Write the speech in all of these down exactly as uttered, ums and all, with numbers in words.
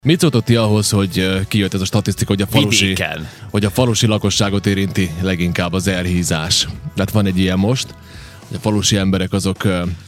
Mit szóltott ti ahhoz, hogy kijött ez a statisztika, hogy a falusi, hogy a falusi lakosságot érinti leginkább az elhízás? Tehát van egy ilyen most, hogy a falusi emberek azok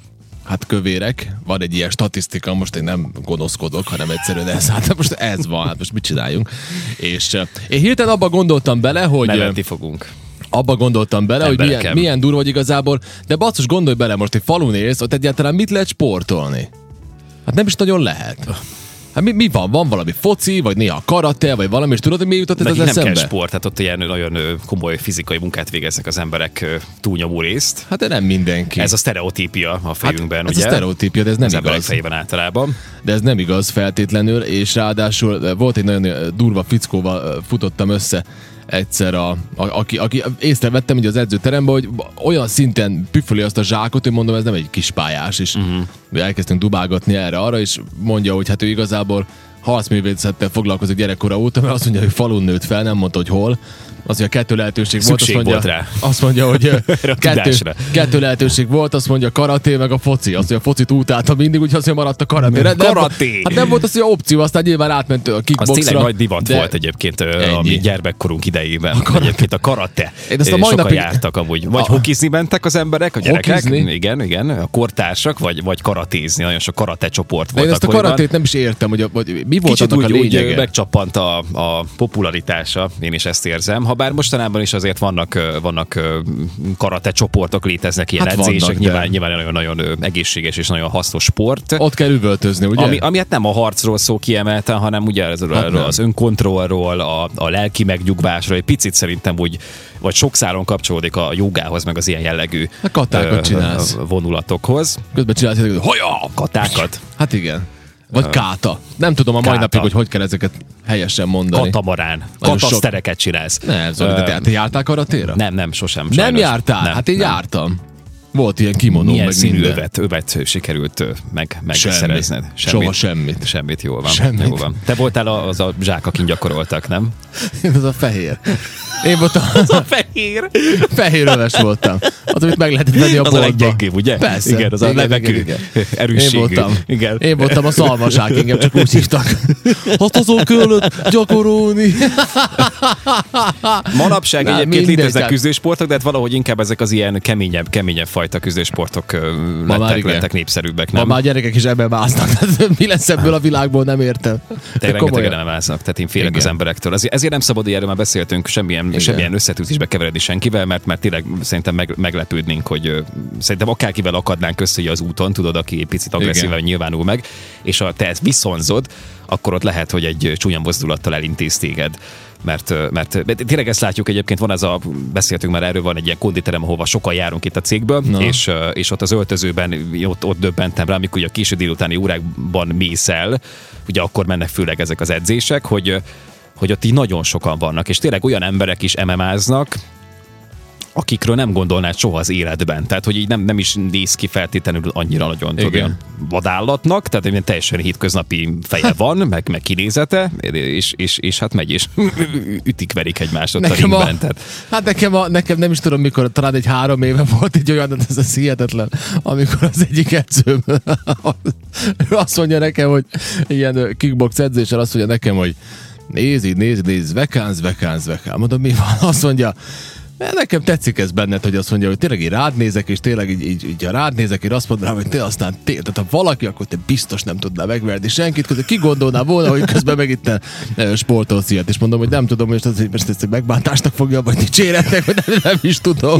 hát kövérek, van egy ilyen statisztika, most én nem gonoszkodok, hanem egyszerűen ez, hát most ez van, hát most mit csináljunk? És én hirtelen abba gondoltam bele, hogy... Nevetni fogunk. Abba gondoltam bele, Embereken. hogy milyen, milyen durva, hogy igazából, de basszus, gondolj bele, most egy falun élsz, ott egyáltalán mit lehet sportolni? Hát nem is nagyon lehet. Hát mi, mi van? Van valami foci, vagy néha karate, vagy valami, és tudod, hogy mi jutott ez az eszembe? Nem kell sport, hát ott ilyen nagyon komoly fizikai munkát végeznek az emberek túlnyomó részt. Hát de nem mindenki. Ez a sztereotípia a fejünkben, hát, ugye? Ez a sztereotípia, de ez nem az igaz. emberek fejében általában. De ez nem igaz feltétlenül, és ráadásul volt egy nagyon durva fickóval futottam össze egyszer, a, a, aki, aki észrevettem hogy az edzőteremben, hogy olyan szinten püfföli azt a zsákot, hogy mondom, ez nem egy kis pályás, és uh-huh. elkezdtünk dubálgatni erre-arra, és mondja, hogy hát ő igazából harcművészettel foglalkozik gyerekkora óta, mert azt mondja, hogy falun nőtt fel, nem mondta, hogy hol. Az, hogy a kettő lehetőség Szükség volt, azt mondja, volt rá. azt mondja, hogy kettő, kettő lehetőség volt, azt mondja karaté meg a foci. Azt, hogy a focit utálta mindig, úgyhogy azt mondja, maradt a karaté. Nem, karaté! Hát nem volt az, hogy opció, aztán nyilván átment a kickboxra. Az tényleg nagy divat de... volt egyébként a mi gyermekkorunk idejében. A egyébként a karate. Én ezt a mai sokan napig... jártak amúgy. Vagy a... hokizni mentek az emberek, a gyerekek. Hokizni? Igen, igen. A kortársak, vagy, vagy karatézni. Nagyon sok karate csoport volt. Én ezt a karatét nem is értem, hogy, hogy mi volt annak a lényege. Úgy megcsappant a, a popularitása, én is ezt érzem. Habár mostanában is azért vannak, vannak karate csoportok, léteznek ilyen hát edzések, vannak, nyilván, nyilván nagyon-nagyon egészséges és nagyon hasznos sport. Ott kell üvöltözni, ugye? Ami, ami hát nem a harcról szó kiemelten, hanem ugye az, hát az önkontrollról, a, a lelki megnyugvásról, egy picit szerintem úgy, vagy sok szálon kapcsolódik a jogához, meg az ilyen jellegű a katákat csinálsz. Vonulatokhoz. Közben csinálsz, hogy haja! Katákat. Hát igen. Vagy káta. Nem tudom a mai napig, hogy hogy kell ezeket helyesen mondani. Katamarán. Katasztereket csinálsz. Nem, Zoli, de te, te jártál karatéra? Nem, nem, sosem. Nem sajnos. Jártál? Nem, hát én nem. jártam. Volt ilyen kimonó, milyen meg színű minden. övet, övet sikerült meg, megszerezned? Semmit. Soha semmit. Semmit, jól van. Semmit. Jól van. Te voltál az a zsák, akin gyakoroltak, nem? Ez a fehér. Én voltam az a fehér. Fehér öves voltam. Az, amit meg lehetett venni a boltba. Az a leggyengébb, ugye? Persze. Igen, az a levegő erősségű. Én voltam. Igen. Én voltam a szalmasák, engem csak úgy hívtak. Hát azon kellett gyakorolni. Manapság Na, egyébként léteznek küzdősportok, de hát valahogy inkább ezek az ilyen keményebb, keményebb fajta küzdősportok lettek, lettek népszerűbbek, nem? Ma már gyerekek is ebben másznak. Mi lesz ebből a világból, nem értem. Te rengetegen nem másznak, tehát én félek Igen. az emberektől. Ezért nem szabad, hogy erről már beszéltünk, semmilyen, semmilyen összetűzésbe keveredni senkivel, mert, mert tényleg szerintem meg, meglepődnénk, hogy szerintem akárkivel akadnánk össze az úton, tudod, aki egy picit agresszíven nyilvánul meg, és ha te ezt viszonzod, akkor ott lehet, hogy egy csúnya mozdulattal elintéz téged. Mert, mert tényleg ezt látjuk egyébként, van ez a, beszéltünk már erről, van egy ilyen konditerem, ahova sokan járunk itt a cégből, és, és ott az öltözőben, ott, ott döbbentem rá, amikor ugye a késő délutáni órákban mész el, ugye akkor mennek főleg ezek az edzések, hogy, hogy ott így nagyon sokan vannak, és tényleg olyan emberek is em em á-znak, akikről nem gondolnád soha az életben. Tehát, hogy így nem, nem is néz ki feltétlenül annyira nagyon olyan vadállatnak, tehát egy teljesen hétköznapi feje van, meg, meg kinézete, és, és, és hát megy is. Ütik-verik egymást ott a ringben. Tehát. Hát nekem, a, nekem nem is tudom, mikor, talán egy három éve volt egy olyan, ez az hihetetlen, amikor az egyik edzőm azt mondja nekem, hogy ilyen kickbox edzéssel azt mondja nekem, hogy nézd, nézd, nézd, vekánz, vekánz, vekánz. Mondom, mi van? Azt mondja, nekem tetszik ez benned, hogy azt mondja, hogy tényleg így rád nézek, és tényleg így, így, így ha rád nézek, én azt mondanám, hogy te aztán té, tehát ha valaki, akkor te biztos nem tudnál megverni senkit, közben ki gondolná volna, hogy közben meg itt sportolsz ilyet, és mondom, hogy nem tudom, hogy most, most ezt megbántásnak fogja, vagy dicséretnek, vagy nem, nem is tudom.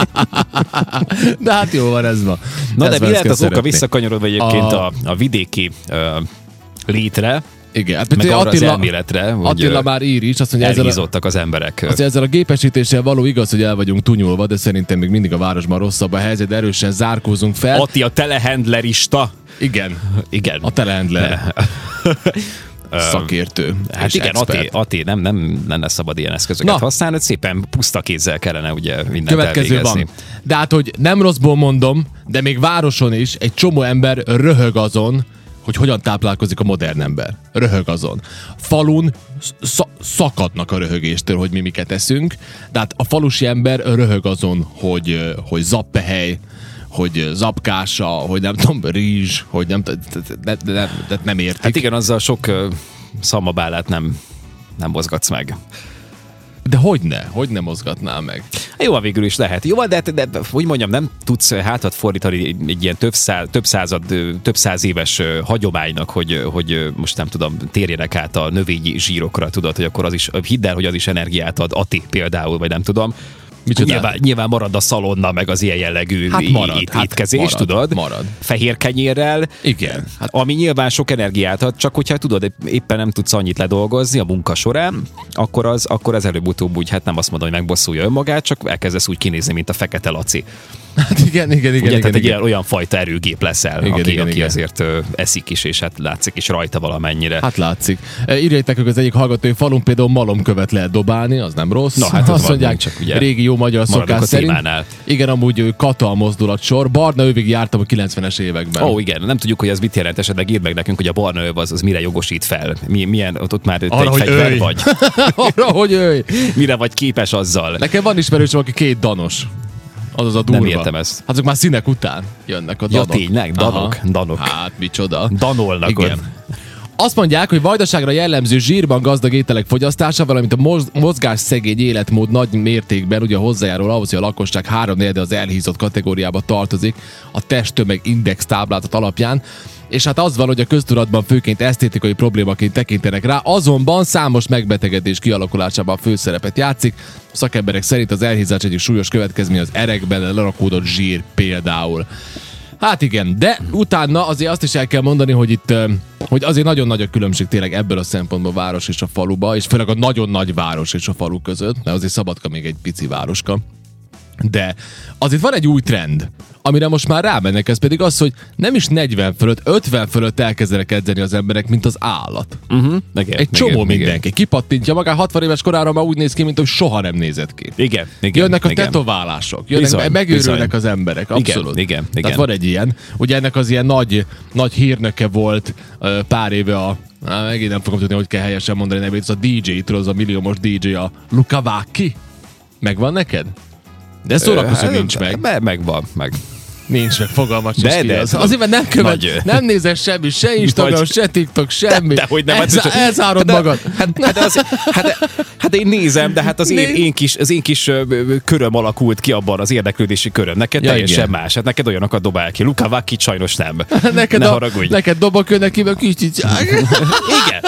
De hát jó van ez ma. Na ez de mi lehet az oka, visszakanyarodva egyébként a, a vidéki uh, létre, igen, hát meg arra Attila, az elméletre, hogy Attila már ír is, azt mondja, elhízottak az emberek. Azt ezzel a gépesítéssel való igaz, hogy el vagyunk tunyulva, de szerintem még mindig a városban rosszabb a helyzet, erősen zárkózunk fel. Atti a telehandlerista. Igen. Igen. A telehandler. Szakértő. Hát igen, Atti, Atti nem, nem, nem lesz szabad ilyen eszközöket Na. használni, szépen puszta kézzel kellene ugye mindent Következő elvégezni. Van. De hát, hogy nem rosszból mondom, de még városon is egy csomó ember röhög azon, hogy hogyan táplálkozik a modern ember. Röhög azon. Falun sz- szakadnak a röhögéstől, hogy mi miket eszünk, de hát a falusi ember röhög azon, hogy, hogy zappehely, hogy zapkása, hogy nem tudom, rizs, hogy nem, de, de, de, de nem értik. Hát igen, azzal sok szalmabálát nem, nem mozgatsz meg. De hogyne? Hogy nem mozgatnál meg? Jó, végül is lehet. Jó, de, de, de hogy mondjam, nem tudsz hátat fordítani egy ilyen több, száz, több század, több száz éves hagyománynak, hogy, hogy most nem tudom, térjenek át a növényi zsírokra, tudod, hogy akkor az is, hidd el, hogy az is energiát ad, Ati például, vagy nem tudom. Nyilván, nyilván marad a szalonna, meg az ilyen jellegű hát marad, ét, hát étkezés, marad, tudod? Marad. Fehér kenyérrel, igen. Hát, ami nyilván sok energiát ad, csak hogyha tudod, éppen nem tudsz annyit ledolgozni a munka során, akkor az, akkor az előbb-utóbb úgy, hát nem azt mondom, hogy megbosszulja önmagát, csak elkezdesz úgy kinézni, mint a Fekete Laci. Hát igen, igen, igen. Ugye, igen, tehát igen. egy ilyen, olyan fajta erőgép leszel, igen, aki, igen, aki igen. azért ö, eszik is, és hát látszik is rajta valamennyire. Hát látszik. Írjátok, hogy az egyik hallgatói falun például malomkövet lehet dobálni, az nem rossz. Na, hát azt van, mondják, csak ugye régi jó magyar szokás szerint. Témánál. Igen, amúgy kata a mozdulat sor. Barna övig jártam a kilencvenes években. Ó, igen, nem tudjuk, hogy ez mit jelent, esetleg írd meg nekünk, hogy a barna öv az, az mire jogosít fel. Mi, milyen, ott, ott már te arra, egy fegyver őj. vagy. Arra, hogy őj. Mire vagy képes azzal? Nekem van ismerősöm, aki két danos. Az az a durva. Nem értem ezt. Hát azok már színek után jönnek a Ja, danok. tényleg? Danok? Aha. Danok. Hát micsoda. Danolnak. Igen. Ott. Azt mondják, hogy vajdaságra jellemző zsírban gazdag ételek fogyasztása, valamint a moz- mozgásszegény életmód nagy mértékben ugye hozzájárul ahhoz, hogy a lakosság háromnegyede az elhízott kategóriába tartozik a testtömeg index táblázat alapján. És hát az van, hogy a köztudatban főként esztétikai problémaként tekintenek rá, azonban számos megbetegedés kialakulásában a főszerepet játszik. A szakemberek szerint az elhízás egyik súlyos következmény az erekben lerakódott zsír például. Hát igen, de utána azért azt is el kell mondani, hogy itt hogy azért nagyon nagy a különbség tényleg ebből a szempontból város és a faluba, és főleg a nagyon nagy város és a falu között, mert azért Szabadka még egy pici városka. De azért van egy új trend, amire most már rámennek, ez pedig az, hogy nem is negyven fölött, ötven fölött elkezdenek edzeni az emberek, mint az állat. Uh-huh. Igen, egy csomó igen, mindenki. Igen. Kipattintja magát, hatvan éves korára már úgy néz ki, mint hogy soha nem nézett ki. Igen, igen. Jönnek a igen. tetoválások, jönnek, Bizony, megőrülnek bizony. az emberek, abszolút. Igen, igen, igen. Tehát van egy ilyen. Ugye ennek az ilyen nagy, nagy hírnöke volt uh, pár éve a Á, megint nem fogom tudni, hogy kell helyesen mondani nevét, ez a dé dzsé, tudod, az a milliómos dé dzsé, a Luca Vacchi. Megvan neked? De szórakozó nincs meg. Me- megvan, meg. Nincs meg, fogalmat De, sem ki de, az. Azért, mert nem követ, nagy- nem nézel semmi, se Instagram, Nagy- se TikTok, semmi. De, de hogy nem, Ez, hát, elzárod de, magad. Hát, hát, az, hát, hát én nézem, de hát az én, Nézd. én kis, az én kis ö, ö, köröm alakult ki abban az érdeklődési köröm. Neked Ja, teljesen igen. más. Hát neked olyanokat dobál ki. Luca Vacchi sajnos nem. Neked, ne a, haragudj. neked dobok ő neki, meg kis csicság. Igen.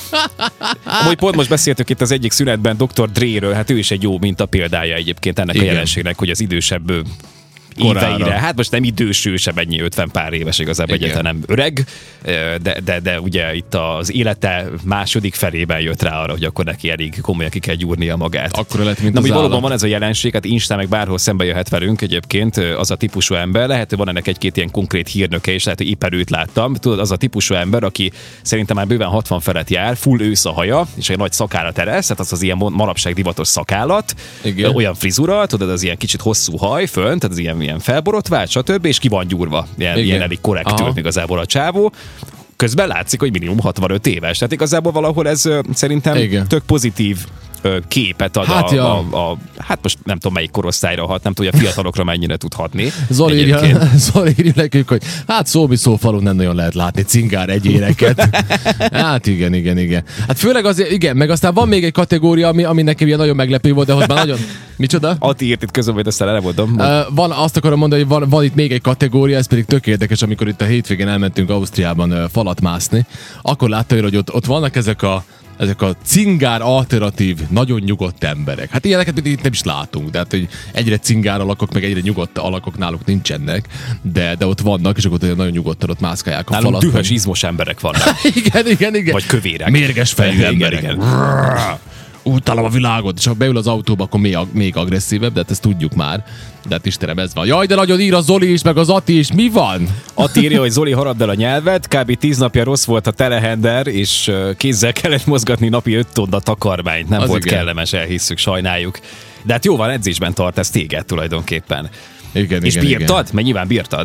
Amúgy pont most beszéltük itt az egyik szünetben doktor Dre-ről, hát ő is egy jó minta példája egyébként ennek Igen. a jelenségnek, hogy az idősebb ö, Korára. éveire, hát most nem idősű, sem ennyi ötven pár éves, igazából Igen. egyáltalán nem öreg, de, de, de ugye itt az élete második felében jött rá arra, hogy akkor neki elég komolyan ki kell gyúrnia magát. Akkor lett, mint Na, az hogy valóban állat. van ez a jelenség, hát Instán meg bárhol szembe jöhet velünk egyébként az a típusú ember, lehet, hogy van ennek egy-két ilyen konkrét hírnöke, és lehet, hogy éppen őt láttam. Tudod, az a típusú ember, aki szerintem már bőven hatvan felett jár, full ősz a haja, és egy nagy szakállat eresz, tehát az az ilyen manapság divatos szakállat, Igen. olyan frizura, tudod, az ilyen kicsit hosszú haj fönt, tehát az ilyen, ilyen felborotvált, stb. És ki van gyúrva. Ilyen, ilyen elég korrektül igazából a csávó. Közben látszik, hogy minimum hatvanöt éves. Tehát igazából valahol ez ö, szerintem Igen. tök pozitív ö, képet ad Hát a, ja. a, a, hát most nem tudom melyik korosztályra hat, nem tudom, hogy a fiatalokra mennyire tud hatni. Zoli írja, Egyébként. Zoli írja nekünk, hogy hát szóbi-szó falun nem nagyon lehet látni cingár egyéneket. Hát igen, igen, igen. Hát főleg azért, igen, meg aztán van még egy kategória, ami, ami nekem ilyen nagyon meglepő volt, de hogy már nagyon... Micsoda? Ati írt itt közben, hogy aztán elmondom. Uh, van, azt akarom mondani, hogy van, van itt még egy kategória, ez pedig tök érdekes, amikor itt a hétvégén elmentünk Ausztriában uh, falat mászni, akkor látta, hogy ott, ott vannak ezek a ezek a cingár alternatív, nagyon nyugodt emberek. Hát ilyeneket itt nem is látunk, de hát, hogy egyre cingár alakok, meg egyre nyugodt alakok náluk nincsenek, de, de ott vannak, és akkor ott nagyon nyugodtan ott mászkálják a Nálunk falat. dühös, izmos emberek vannak. igen, igen, igen. Vagy kövérek. Mérges fejű Igen, emberek. igen. Utálom a világot, és ha beül az autóba, akkor még, még agresszívebb, de hát ezt tudjuk már. De hát Istenem, ez van. Jaj, de nagyon ír a Zoli is, meg az Ati is. Mi van? Ati írja, hogy Zoli, harapd el a nyelvet, kb. tíz napja rossz volt a telehender, és ö, kézzel kellett mozgatni napi öt tonna takarmányt. Nem Az volt igen. kellemes, elhisszük, sajnáljuk. De hát jó van, edzésben tart ez téged tulajdonképpen. Igen, És igen, bírtad? igen. Mert nyilván bírtad.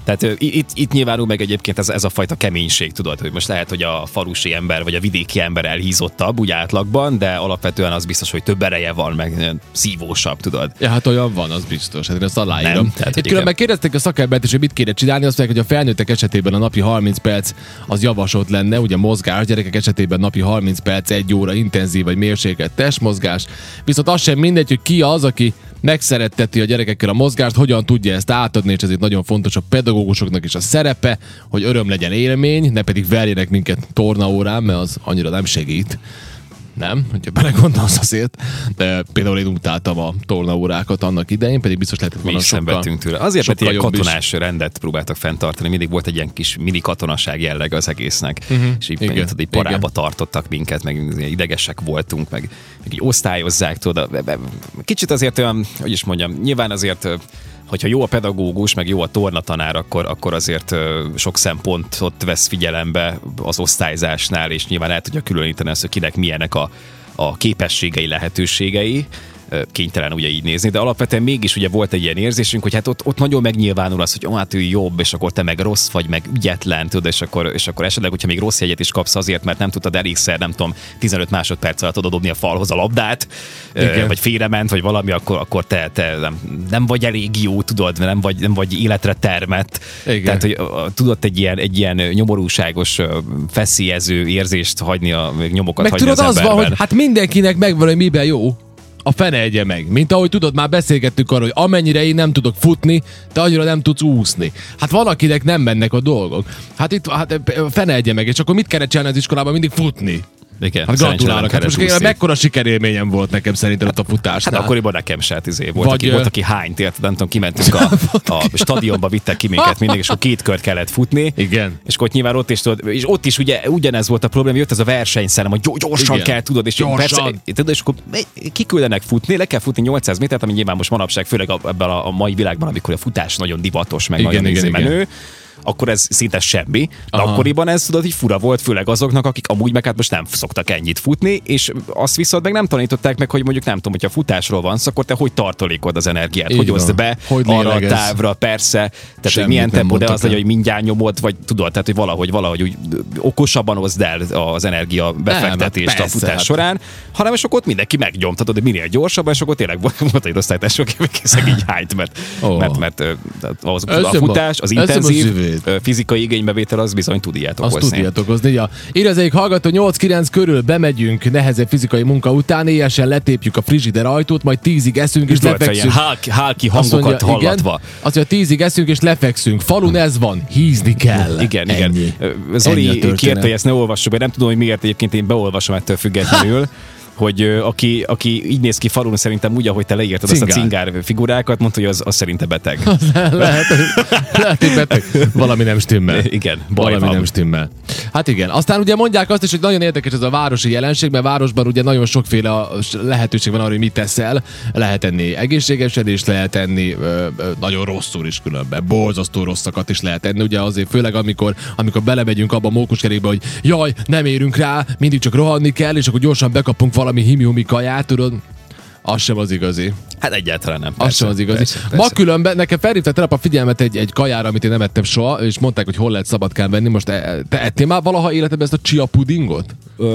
Tehát itt, itt nyilvánul meg egyébként ez, ez a fajta keménység, tudod, hogy most lehet, hogy a falusi ember vagy a vidéki ember elhízottabb úgy átlagban, de alapvetően az biztos, hogy több ereje van, meg szívósabb, tudod. Ja, hát olyan van, az biztos. Hát én ezt aláírom. Nem, tehát, Itt különben kérdezték a szakembert is, hogy mit kéne csinálni, azt mondják, hogy a felnőttek esetében a napi harminc perc az javasolt lenne, ugye mozgás, gyerekek esetében napi harminc perc, egy óra intenzív vagy mérsékelt testmozgás. Viszont az sem mindegy, hogy ki az, aki megszeretteti a gyerekekkel a mozgást, hogyan tudja ezt átadni, és ezért nagyon fontos a pedagógusoknak is a szerepe, hogy öröm legyen élmény, ne pedig verjenek minket tornaórán, mert az annyira nem segít. Nem, hogyha belegondolsz azért, de például én utáltam a tornaórákat annak idején, pedig biztos lehetett volna sokkal, szenvedtünk tőle. Azért, mert ilyen katonás is. rendet próbáltak fenntartani, mindig volt egy ilyen kis mini katonaság jellege az egésznek, uh-huh. és így, igen, tudod, így parába igen. tartottak minket, meg idegesek voltunk, meg, meg így osztályozzák, tudod. Kicsit azért olyan, hogy is mondjam, nyilván azért hogyha jó a pedagógus, meg jó a tornatanár, akkor, akkor azért sok szempontot vesz figyelembe az osztályzásnál, és nyilván el tudja különíteni azt, hogy kinek milyenek a, a képességei, lehetőségei. Kénytelen ugye így nézni, de alapvetően mégis ugye volt egy ilyen érzésünk, hogy hát ott, ott nagyon megnyilvánul az, hogy ó, hát ő jobb, és akkor te meg rossz vagy, meg ügyetlen, tudod, és akkor, és akkor esetleg, hogyha még rossz jegyet is kapsz azért, mert nem tudtad elégszer, nem tudom, tizenöt másodperc alatt dobni a falhoz a labdát, igen. vagy félrement, vagy valami, akkor, akkor te, te nem, nem vagy elég jó, tudod, nem vagy, nem vagy életre termett. Igen. Tehát, hogy tudod egy ilyen, egy ilyen nyomorúságos, feszélyező érzést hagyni, a nyomokat meg hagyni tudod, az, az emberben. van, hogy hát mindenkinek megvan, hogy miben jó. A fene egye meg. Mint ahogy tudod, már beszélgettünk arról, hogy amennyire én nem tudok futni, te annyira nem tudsz úszni. Hát valakinek nem mennek a dolgok. Hát itt hát fene egye meg, és akkor mit kell csinálni az iskolában? Mindig futni. Igen, hát gratulálok. Hát most mekkora sikerélményem volt nekem szerintem ott a futásnál. Hát akkoriban nekem se, hát izé, volt, aki, volt, aki hányt, érted, nem tudom, kimentünk a, a stadionba, vittek ki minket mindig, és akkor két kört kellett futni. Igen. És akkor nyilván ott is, tudod, és ott is ugye ugyanez volt a probléma, jött ez a versenyszellem, hogy gyorsan igen. kell, tudod, és persze, tudod, és akkor kiküldenek futni, le kell futni nyolcszáz métert, ami nyilván most manapság, főleg ebben a, a mai világban, amikor a futás nagyon divatos, meg igen, nagyon igen, igen. menő. Akkor ez szinte semmi. De aha. akkoriban ez tudod, hogy fura volt, főleg azoknak, akik amúgy meg hát most nem szoktak ennyit futni, és azt viszont meg nem tanították meg, hogy mondjuk nem tudom, hogyha futásról van szó, akkor te hogy tartalékod az energiát, így hogy oszd be hogy arra a távra, persze, tehát hogy milyen tempó, de az, hogy mindjárt nyomod, vagy tudod, tehát hogy valahogy, valahogy úgy okosabban oszd el az energia befektetést nem, a futás hát. során, hanem és akkor ott mindenki megnyomtatod, hogy minél gyorsabban, és akkor tényleg volt egy osztálytársok, akik így hányt, mert, oh. mert, mert az, a futás, az intenzív fizikai igénybevétel az bizony tud ilyet okozni. Azt tud ilyet okozni, ja. Írja az egyik hallgató, nyolc-kilenc körül bemegyünk nehezebb fizikai munka után, éjjel letépjük a frizsider ajtót, majd tízig eszünk és, és lefekszünk. Hálki, hálki hangokat mondja, hallatva. Igen, azt mondja, tízig eszünk és lefekszünk. Falun ez van, hízni kell. Igen, ennyi. igen. Zoli kérte, hogy ezt ne olvassuk be, nem tudom, hogy miért egyébként én beolvasom ettől függetlenül. hogy aki, aki így néz ki falun, szerintem úgy, ahogy te leírtad cingár. Azt a cingár figurákat, mondta, hogy az, az szerinte beteg. lehet, lehet, hogy beteg. Valami nem stimmel. Igen, valami van. nem stimmel. Hát igen. Aztán ugye mondják azt is, hogy nagyon érdekes ez a városi jelenség, mert városban ugye nagyon sokféle lehetőség van arra, hogy mit teszel. Lehet enni egészségesedést, lehet enni ö, ö, nagyon rosszul is különben. Borzasztó rosszakat is lehet enni. Ugye azért főleg, amikor, amikor belemegyünk abba a mókuskerékbe, hogy jaj, nem érünk rá, mindig csak rohanni kell, és akkor gyorsan bekapunk valami himi-humi kaját, tudod, az sem az igazi. Hát egyáltalán nem. Az sem az igazi. Persze, persze. Ma különben nekem felhívta tegnap a figyelmet egy, egy kajára, amit én nem ettem soha, és mondták, hogy hol lehet Szabadkán venni. Most te, te ettél már valaha életedben ezt a chia pudingot? Ö,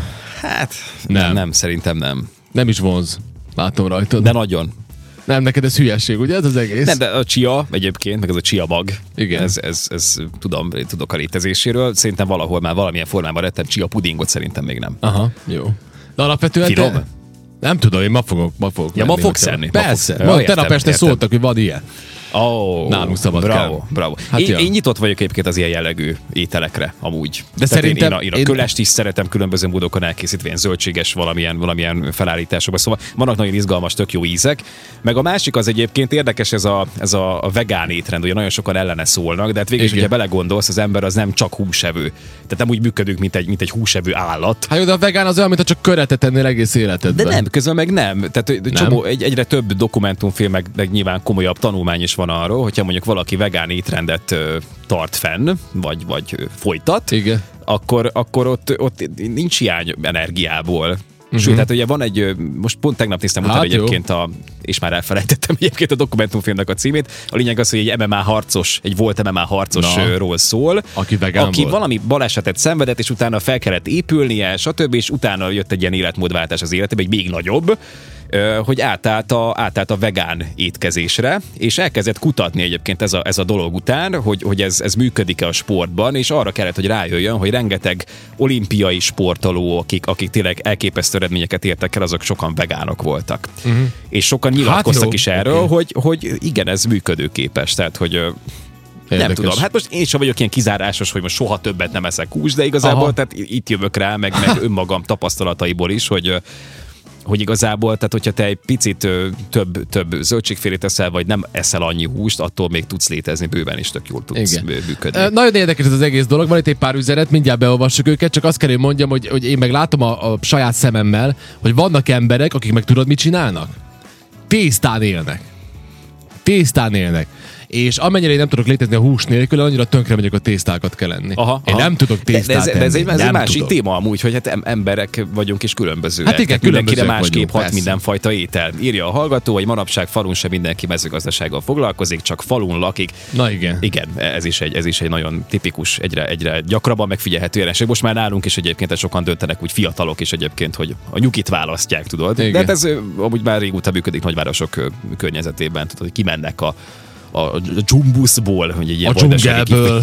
hát nem. nem, nem, szerintem nem. Nem is vonz. Látom rajtad. De nagyon. Nem, neked ez hülyesség, ugye? Ez az egész. Nem, de a chia egyébként, meg ez a chia mag. Igen. Ez, ez, ez tudom, tudok a létezéséről. Szerintem valahol már valamilyen formában ettem chia pudingot, szerintem még nem. Aha, jó. De alapvetően Finom? Te... Nem tudom, én ma fogok, ma fogok. Ja, ma fogsz enni. Persze. Ma fog... Tegnap este szóltak, hogy van ilyen. Oh, nálunk Szabadkán. Bravo, bravo. Hát én, ja. én nyitott vagyok egyébként az ilyen jellegű ételekre, amúgy. De tehát szerintem... Én, én, a, én a kölest is szeretem különböző módokon elkészítve, ilyen zöldséges valamilyen, valamilyen felállításokban. Szóval vannak nagyon izgalmas, tök jó ízek. Meg a másik az egyébként érdekes ez a, ez a vegán étrend, ugye nagyon sokan ellene szólnak, de hát végül is, hogyha belegondolsz, az ember az nem csak húsevő. Tehát nem úgy működünk, mint egy, mint egy húsevő állat. Hát jó, de a vegán az olyan, mint ha csak köretet tennél egész életedben. De nem, közben meg nem. Tehát nem? Csomó, egy, egyre több dokumentumfilm, meg, meg nyilván komolyabb tanulmány is van arról, hogyha mondjuk valaki vegán étrendet ö, tart fenn, vagy, vagy ö, folytat, igen. akkor, akkor ott, ott nincs hiány energiából. Uh-huh. Sőt, hát ugye van egy, most pont tegnap néztem utána hát egyébként a, és már elfelejtettem egyébként a dokumentumfilmnek a címét. A lényeg az, hogy egy em em á harcos, egy volt em em á harcosról szól, aki, aki volt. valami balesetet szenvedett, és utána fel kellett épülnie, stb. És utána jött egy ilyen életmódváltás az életébe, egy még nagyobb, hogy átállt a, átállt a vegán étkezésre, és elkezdett kutatni egyébként ez a, ez a dolog után, hogy, hogy ez, ez működik-e a sportban, és arra kellett, hogy rájöjjön, hogy rengeteg olimpiai sportoló, akik, akik tényleg elképesztő eredményeket értek el, azok sokan vegánok voltak. Uh-huh. És sokan nyilatkoztak hát is erről, okay. hogy, hogy igen, ez működőképes, tehát hogy Érdekes. Nem tudom. Hát most én sem vagyok ilyen kizárásos, hogy most soha többet nem eszek húst, de igazából Aha. tehát itt jövök rá, meg, meg önmagam tapasztalataiból is, hogy hogy igazából, tehát hogyha te egy picit ö, több, több zöldségfélét eszel, vagy nem eszel annyi húst, attól még tudsz létezni bőven, és tök jól tudsz Igen. működni. E, nagyon érdekes ez az egész dolog, van itt egy pár üzenet, mindjárt beolvassuk őket, csak azt kell, hogy mondjam, hogy, hogy én meg látom a, a saját szememmel, hogy vannak emberek, akik meg tudod, mit csinálnak? Tésztán élnek. Tésztán élnek. És amennyire én nem tudok létezni a hús nélkül, annyira tönkre megyek, a tésztákat kell lenni. Aha, én aha. nem tudok tésztát de ez, de ez egy, ez egy másik tudok. téma amúgy, hogy hát emberek vagyunk és különbözőek. Hát igen, mindenkire másképp hat mindenfajta étel. Írja a hallgató, hogy manapság falun sem mindenki mezőgazdasággal foglalkozik, csak falun lakik. Na igen. Igen, ez is egy, ez is egy nagyon tipikus, egyre, egyre gyakrabban megfigyelhető jelenség. Most már nálunk is egyébként sokan döntenek, úgy fiatalok is egyébként, hogy a nyugit választják, tudod. Igen. De hát ez amúgy már régóta működik nagyvárosok környezetében, tudod, hogy kimennek a a dzsumbuszból, hogy egy ilyen a dzsungelből.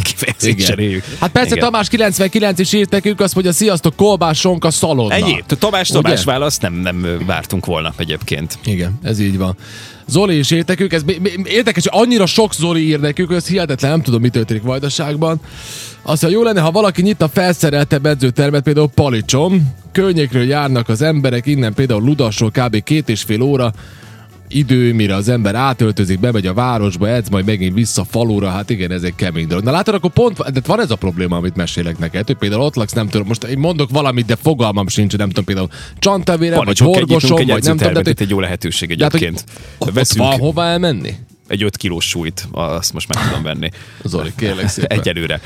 Hát persze, igen. Tamás kilencvenkilenc is írt nekünk azt, hogy a sziasztok, kolbász, sonka, szalonna. Ennyi. Tamás, Tamás választ nem, nem vártunk volna egyébként. Igen, ez így van. Zoli is írt nekünk, ez érdekes, hogy annyira sok Zoli ír nekünk, hogy ez hihetetlen, nem tudom, mi történik Vajdaságban. Azt mondja, jó lenne, ha valaki nyitna felszereltebb edzőtermet, például Palicson. Környékről járnak az emberek, innen például Ludasról kb. két és fél óra idő, mire az ember átöltözik, bemegy a városba, edz, majd megint vissza falura, hát igen, ez egy kemény dolog. Na látod, akkor pont, de van ez a probléma, amit mesélek neked, hogy például ott laksz, nem tudom, most én mondok valamit, de fogalmam sincs, nem tudom, például Csantavére, vagy Horgoson, vagy nem tudom. De egy jó lehetőség egyébként. Hát, ott van hova elmenni? Egy öt kilós súlyt, azt most meg tudom venni. Zoli, kérlek szépen. Egyelőre.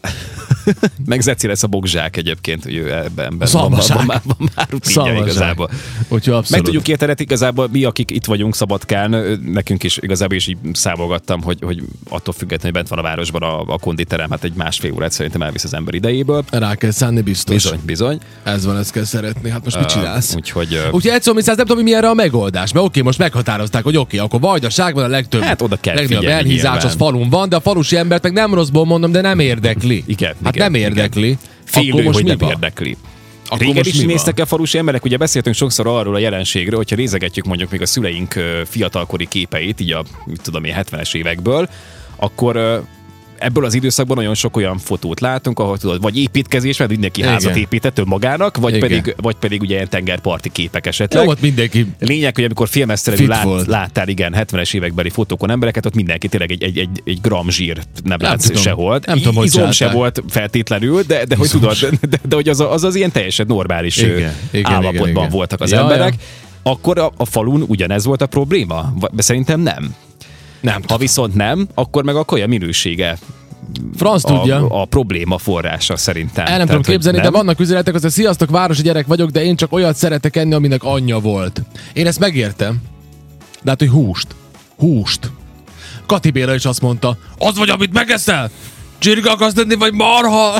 Meg Zeci lesz a bogzsák egyébként, hogy ő ebben, ebben van, van, van, van már rutinja igazából. Meg tudjuk érteni, igazából mi, akik itt vagyunk Szabadkán, nekünk is igazából is így számolgattam, hogy, hogy attól függetlenül, hogy bent van a városban a, a konditerem, hát egy másfél órát szerintem elvisz az ember idejéből. Rá kell szánni biztos. Bizony, bizony. Ez van, ezt kell szeretni. Hát most mit csinálsz? Uh, úgyhogy uh, úgyhogy egy szó, nem tudom, hogy mi erre a megoldás. Mert oké, most meghatározták, hogy oké, akkor Vajdaságban a legtöbb. Hát oda kell legnagyobb elhízás az falun van, de a falusi embert meg nem rosszból mondom, de nem érdekli. Igen, hát igen, nem érdekli. Félő, hogy nem van? Érdekli. Akkor régen is néztek el falusi emberek, ugye beszéltünk sokszor arról a jelenségről, hogyha nézegetjük mondjuk még a szüleink fiatalkori képeit, így a mit tudom én, hetvenes évekből, akkor ebből az időszakban nagyon sok olyan fotót látunk, ahol tudod, vagy építkezés, mert mindenki Igen. házat épített önmagának, vagy pedig, vagy pedig ugye ilyen tengerparti képek esetleg. Jó, ott mindenki lényeg, hogy amikor filmesztelenül lát, láttál igen, hetvenes évekbeli fotókon embereket, ott mindenki tényleg egy, egy, egy, egy gram zsír nem, nem látsz tudom. sehol. Nem tudom, hogy izom se volt feltétlenül, de, de hogy tudod, de, de, de hogy az, az az ilyen teljesen normális igen, igen, állapotban igen, igen. voltak az ja, emberek. Ja. Akkor a, a falun ugyanez volt a probléma? Szerintem nem. Nem. Ha viszont nem, akkor meg akkor olyan minősége Franz tudja. A, a probléma forrása szerintem. El nem Tehát, tudom képzelni, nem? De vannak üzenetek, az, hogy sziasztok, városi gyerek vagyok, de én csak olyat szeretek enni, aminek anyja volt. Én ezt megértem. De hát, hogy húst. Húst. Kati Béla is azt mondta, az vagy, amit megeszel? Csirga akarsz lenni, vagy marha?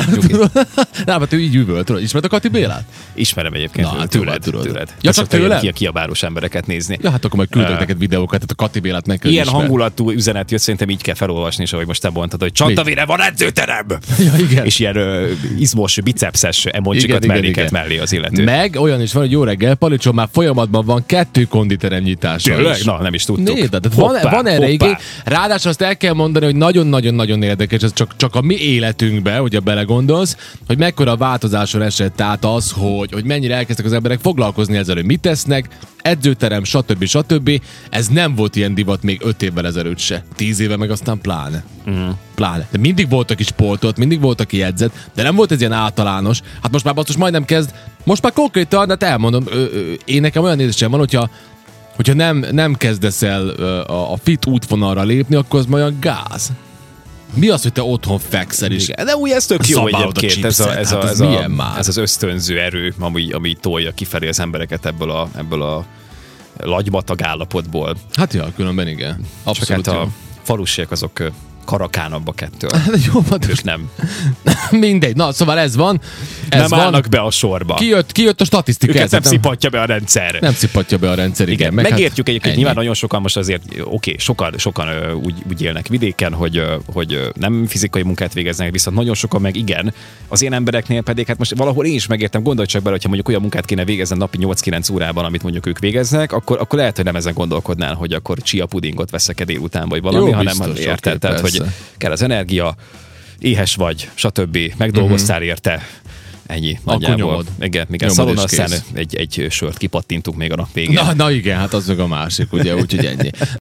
Nem, hát ő így üvölt. Ismered a Kati Bélát? Ismerem egyébként. Na, tőled, tőled. tőled. Ja, csak tőled? Ki a kiabálós embereket nézni. Ja, hát akkor majd küldök uh, neked videókat, tehát a Kati Bélát meg kell Ilyen ismer. hangulatú üzenet jött, szerintem így kell felolvasni, és ahogy most te mondtad, hogy Csantavére van edzőterem! Ja, igen. És ilyen uh, izmos, bicepses emojikat melléket mellé az illető. Meg olyan is van, hogy jó reggel, Palicson már folyamatban van kettő konditerem nyitása. Tényleg? Na, nem is tudtuk. Né, de van, van erre igény. Ráadásul azt el kell mondani, hogy nagyon-nagyon-nagyon érdekes, ez csak, csak a mi életünkbe, hogyha belegondolsz, hogy mekkora változáson esett át az, hogy, hogy mennyire elkezdtek az emberek foglalkozni ezzel, hogy mit tesznek, edzőterem, stb. stb. Ez nem volt ilyen divat még öt évvel ezelőtt se. Tíz éve meg aztán pláne. Uh-huh. Pláne. De mindig volt, aki sportolt, mindig volt, aki edzett, de nem volt ez ilyen általános. Hát most már basszus majdnem kezd, most már konkrétan, de elmondom, ö, ö, én nekem olyan nézésem van, hogyha hogyha nem, nem kezdesz el ö, a, a fit útvonalra lépni, akkor az majd olyan gáz. Mi az, hogy te otthon fekszel is? Igen, de úgy ez tök jó egyébként, ez, a, ez, a, ez, a, ez az ösztönző erő, ami, ami tolja kifelé az embereket ebből a, ebből a lagybatag állapotból. Hát ja, különben igen. Abszolút. Csak hát a falusiak azok karakánabbak ettől. De jó, ők nem. Mindegy. Na, szóval ez van. Ez nem van. állnak be a sorba. Kijött, kijött a statisztika. Őket nem szipatja be a rendszer. Nem szipatja be a rendszer, igen. igen. Meg megértjük hát egyébként, nyilván nagyon sokan most azért, oké, okay, sokan, sokan ö, úgy, úgy élnek vidéken, hogy, ö, hogy ö, nem fizikai munkát végeznek, viszont nagyon sokan meg igen. Az én embereknél pedig, hát most valahol én is megértem, gondolj csak bele, hogyha mondjuk olyan munkát kéne végezni napi nyolc-kilenc órában, amit mondjuk ők végeznek, akkor, akkor lehet, hogy nem ezen gondolkodnál, hogy akkor chia pudingot veszek-e délután, vagy valami, jó, hanem biztos, érted, okay, tehát hogy kell az energia, éhes vagy, stb. Megdolgoztál uh-huh. érte. Ennyi. Nagyjából. Igen, igen. Szalon aztán egy, egy sört kipattintunk még a nap végén. Na, na igen, hát az meg a másik, ugye, úgyhogy ennyi.